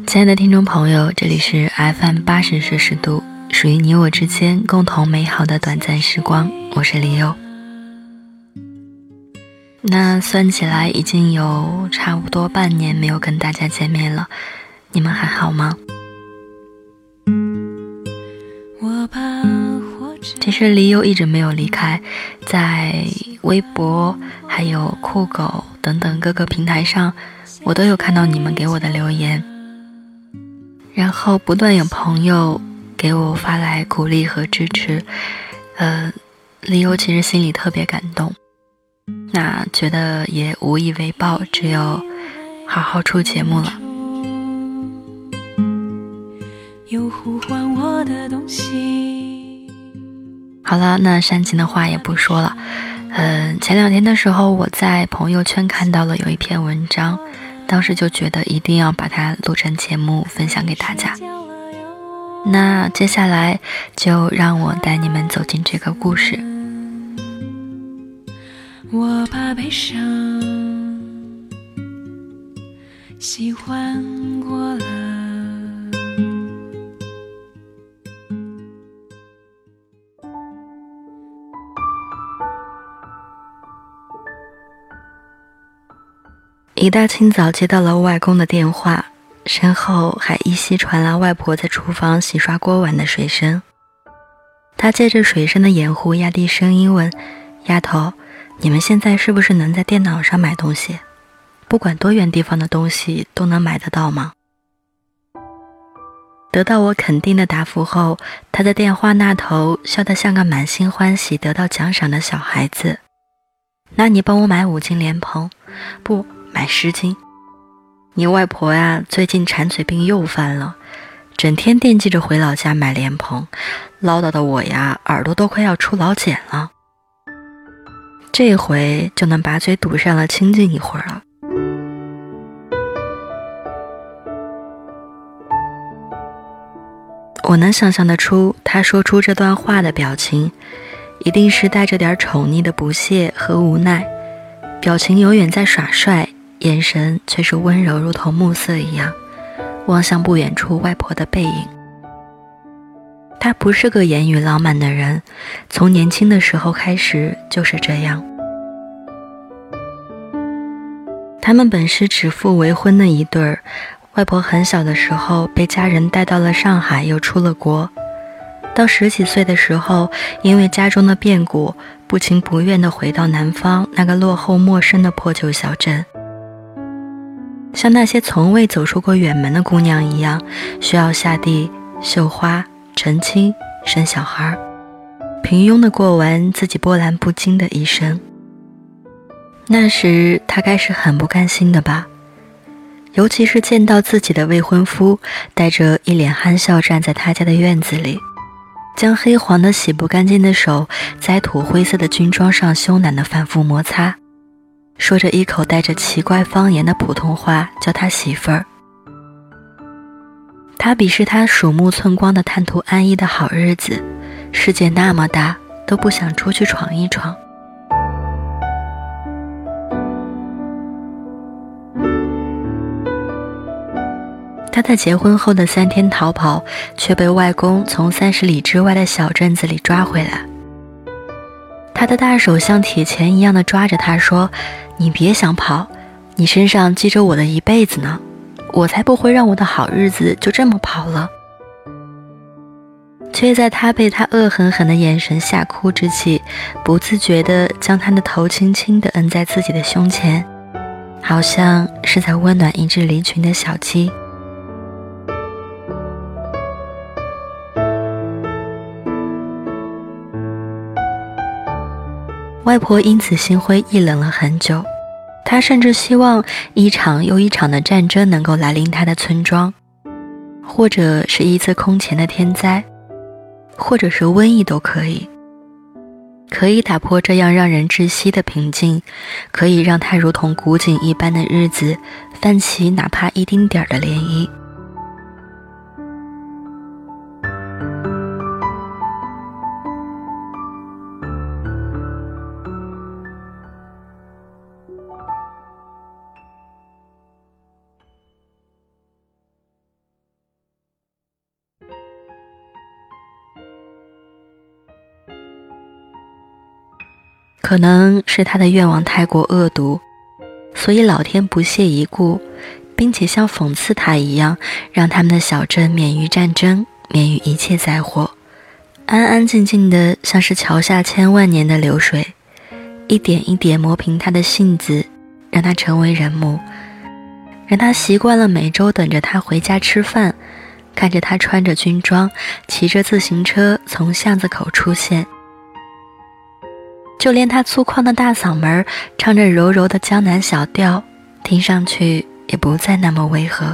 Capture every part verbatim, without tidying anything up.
亲爱的听众朋友，这里是 F M 八十摄氏度，属于你我之间共同美好的短暂时光，我是李优。那算起来已经有差不多半年没有跟大家见面了，你们还好吗？其实李优一直没有离开，在微博还有酷狗等等各个平台上，我都有看到你们给我的留言，然后不断有朋友给我发来鼓励和支持，呃，李优其实心里特别感动，那觉得也无以为报，只有好好出节目了。有呼唤我的东西。好了，那煽情的话也不说了。嗯、呃，前两天的时候，我在朋友圈看到了有一篇文章，当时就觉得一定要把它录成节目分享给大家。那接下来就让我带你们走进这个故事。我把悲伤喜欢过了。一大清早接到了外公的电话，身后还依稀传来外婆在厨房洗刷锅碗的水声。他借着水声的掩护压低声音问：丫头，你们现在是不是能在电脑上买东西？不管多远地方的东西都能买得到吗？得到我肯定的答复后，他在电话那头笑得像个满心欢喜得到奖赏的小孩子。那你帮我买五斤莲蓬，不，买十斤。你外婆呀，最近馋嘴病又犯了，整天惦记着回老家买莲蓬，唠叨的我呀，耳朵都快要出老茧了。这回就能把嘴堵上了，清静一会儿了。我能想象得出他说出这段话的表情，一定是带着点宠溺的不屑和无奈，表情永远在耍帅，眼神却是温柔如同暮色一样，望向不远处外婆的背影。他不是个言语浪漫的人，从年轻的时候开始就是这样。他们本是指腹为婚的一对儿，外婆很小的时候被家人带到了上海，又出了国。到十几岁的时候，因为家中的变故，不情不愿地回到南方那个落后陌生的破旧小镇。像那些从未走出过远门的姑娘一样，需要下地绣花、成亲、生小孩，平庸地过完自己波澜不惊的一生。那时她该是很不甘心的吧，尤其是见到自己的未婚夫带着一脸憨笑站在她家的院子里，将黑黄的洗不干净的手在土灰色的军装上羞赧地反复摩擦，说着一口带着奇怪方言的普通话，叫他媳妇儿。他比视他鼠目寸光的贪图安逸的好日子，世界那么大，都不想出去闯一闯。他在结婚后的三天逃跑，却被外公从三十里之外的小镇子里抓回来。他的大手像铁钳一样的抓着他说：你别想跑，你身上记着我的一辈子呢，我才不会让我的好日子就这么跑了。却在他被他恶狠狠的眼神吓哭之际，不自觉地将他的头轻轻地摁在自己的胸前，好像是在温暖一只离群的小鸡。外婆因此心灰意冷了很久，她甚至希望一场又一场的战争能够来临她的村庄，或者是一次空前的天灾，或者是瘟疫都可以，可以打破这样让人窒息的平静，可以让她如同古井一般的日子泛起哪怕一丁点儿的涟漪。 可能是他的愿望太过恶毒，所以老天不屑一顾，并且像讽刺他一样，让他们的小镇免于战争，免于一切灾祸，安安静静的，像是桥下千万年的流水，一点一点磨平他的性子，让他成为人母，让他习惯了每周等着他回家吃饭，看着他穿着军装，骑着自行车从巷子口出现。就连他粗犷的大嗓门唱着柔柔的江南小调，听上去也不再那么违和。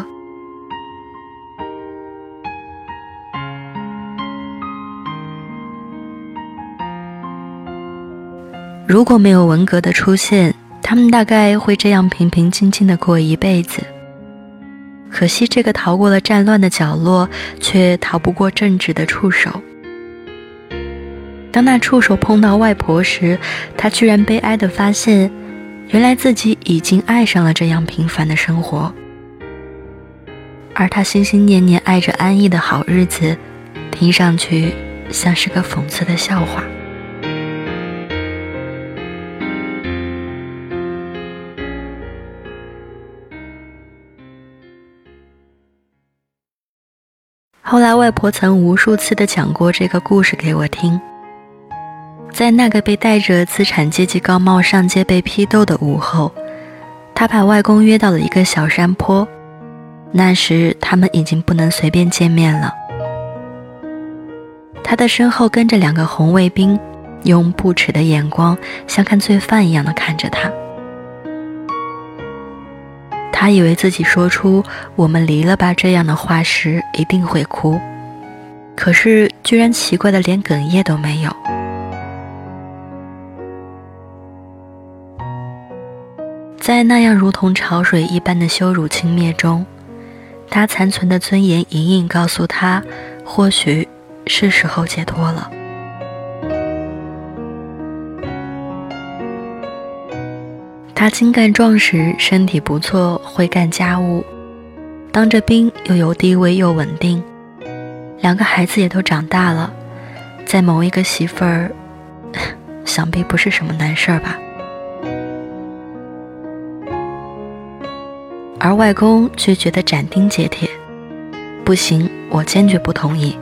如果没有文革的出现，他们大概会这样平平静静地过一辈子。可惜这个逃过了战乱的角落，却逃不过正直的触手。当那触手碰到外婆时，他居然悲哀地发现，原来自己已经爱上了这样平凡的生活。而他心心念念爱着安逸的好日子，听上去像是个讽刺的笑话。后来外婆曾无数次地讲过这个故事给我听。在那个被戴着资产阶级高帽上街被批斗的午后，他把外公约到了一个小山坡，那时他们已经不能随便见面了。他的身后跟着两个红卫兵，用不耻的眼光像看罪犯一样的看着他。他以为自己说出我们离了吧这样的话时一定会哭，可是居然奇怪的连哽咽都没有。在那样如同潮水一般的羞辱轻蔑中，他残存的尊严隐隐告诉他，或许是时候解脱了。他精干壮实，身体不错，会干家务，当着兵又有地位又稳定，两个孩子也都长大了，再谋一个媳妇儿，想必不是什么难事儿吧。而外公却觉得斩钉截铁，不行，我坚决不同意。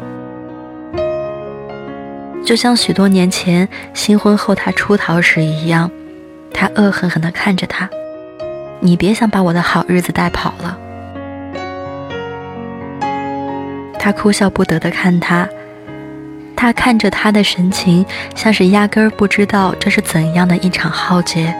就像许多年前新婚后他出逃时一样，他恶狠狠地看着他，你别想把我的好日子带跑了。他哭笑不得地看他，他看着他的神情，像是压根儿不知道这是怎样的一场浩劫。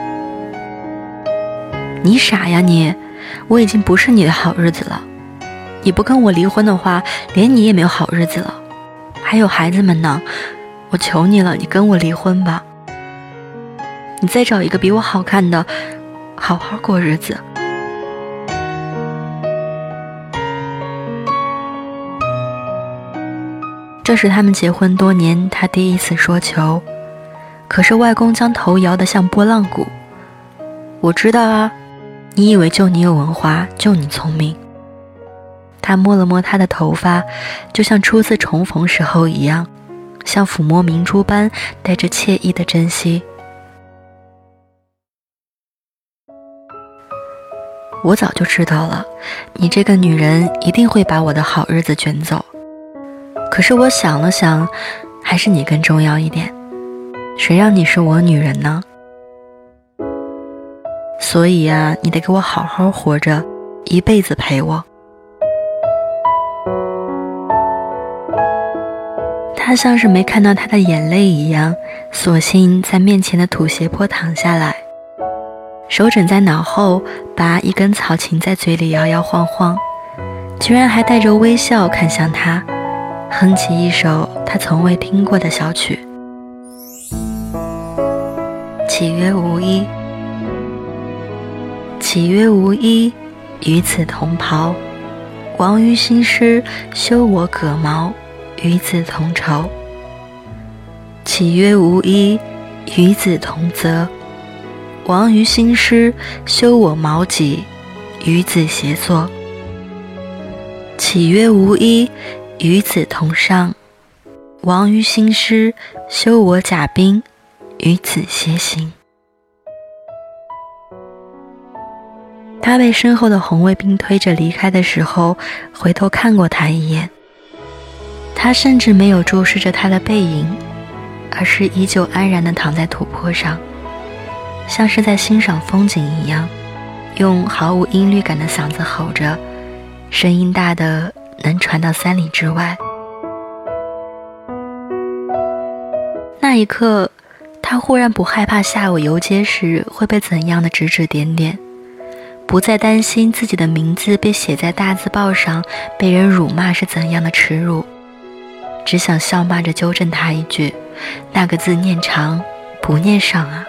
你傻呀你，我已经不是你的好日子了，你不跟我离婚的话，连你也没有好日子了，还有孩子们呢，我求你了，你跟我离婚吧，你再找一个比我好看的，好好过日子。这是他们结婚多年他第一次说求，可是外公将头摇得像拨浪鼓。我知道啊，你以为就你有文化，就你聪明。他摸了摸他的头发，就像初次重逢时候一样，像抚摸明珠般带着惬意的珍惜。我早就知道了，你这个女人一定会把我的好日子卷走。可是我想了想，还是你更重要一点，谁让你是我女人呢？所以啊，你得给我好好活着，一辈子陪我。他像是没看到他的眼泪一样，索性在面前的土斜坡躺下来，手枕在脑后，把一根草芹在嘴里摇摇晃晃，居然还带着微笑看向他，哼起一首他从未听过的小曲。岂曰无衣，岂曰无衣，与子同袍。王于新诗，修我葛毛，与子同酬。岂曰无衣，与子同泽。王于新诗，修我毛戟，与子偕作。岂曰无衣，与子同上。王于新诗，修我甲兵， 与子偕行。他被身后的红卫兵推着离开的时候，回头看过他一眼。他甚至没有注视着他的背影，而是依旧安然地躺在土坡上，像是在欣赏风景一样，用毫无音律感的嗓子吼着，声音大得能传到三里之外。那一刻，他忽然不害怕下午游街时会被怎样的指指点点，不再担心自己的名字被写在大字报上被人辱骂是怎样的耻辱，只想笑骂着纠正他一句，那个字念长不念上啊。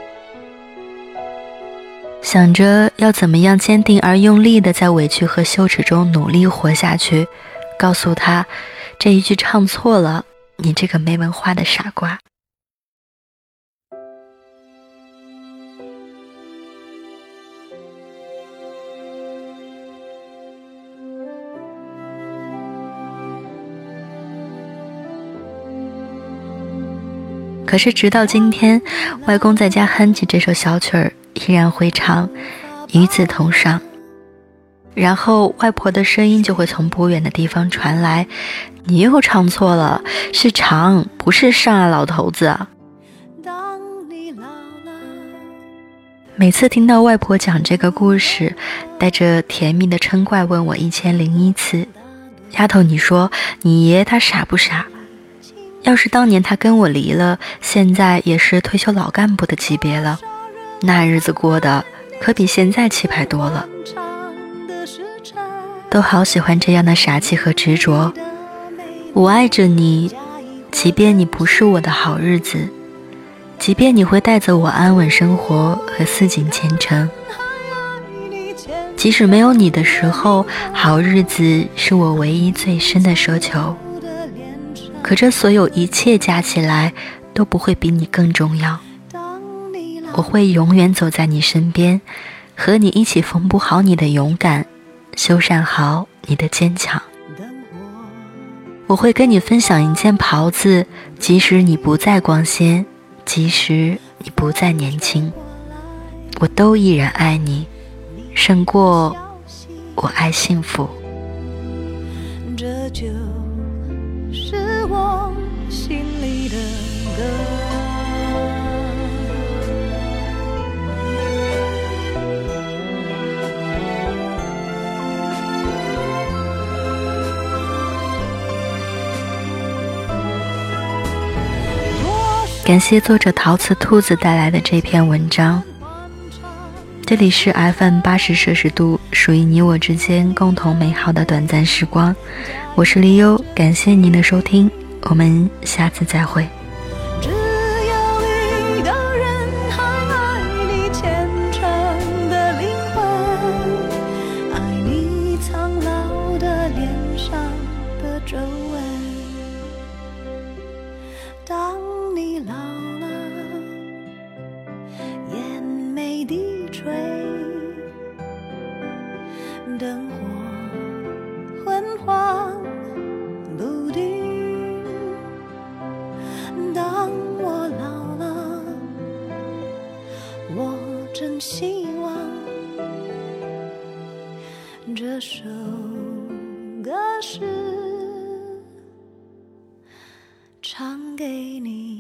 想着要怎么样坚定而用力地在委屈和羞耻中努力活下去，告诉他这一句唱错了，你这个没文化的傻瓜。可是直到今天，外公在家哼起这首小曲儿，依然会唱与子同上，然后外婆的声音就会从不远的地方传来，你又唱错了，是长不是上啊，老头子啊。每次听到外婆讲这个故事，带着甜蜜的嗔怪问我一千零一次，丫头你说你爷爷他傻不傻？要是当年他跟我离了，现在也是退休老干部的级别了，那日子过得可比现在气派多了。都好喜欢这样的傻气和执着。我爱着你，即便你不是我的好日子，即便你会带走我安稳生活和似锦前程，即使没有你的时候，好日子是我唯一最深的奢求。可这所有一切加起来都不会比你更重要。我会永远走在你身边，和你一起缝补好你的勇敢，修缮好你的坚强。我会跟你分享一件袍子，即使你不再光鲜，即使你不再年轻，我都依然爱你，胜过我爱幸福。 这就是我心里的歌。 感谢作者陶瓷兔子带来的这篇文章。这里是 F M 八十摄氏度，属于你我之间共同美好的短暂时光。我是黎优，感谢您的收听，我们下次再会。 只有一个人还爱你虔诚的灵魂，爱你苍老的脸上的皱纹。当你老了，眼眉低垂，灯火昏黄不定。当我老了，我真希望这首歌是唱给你。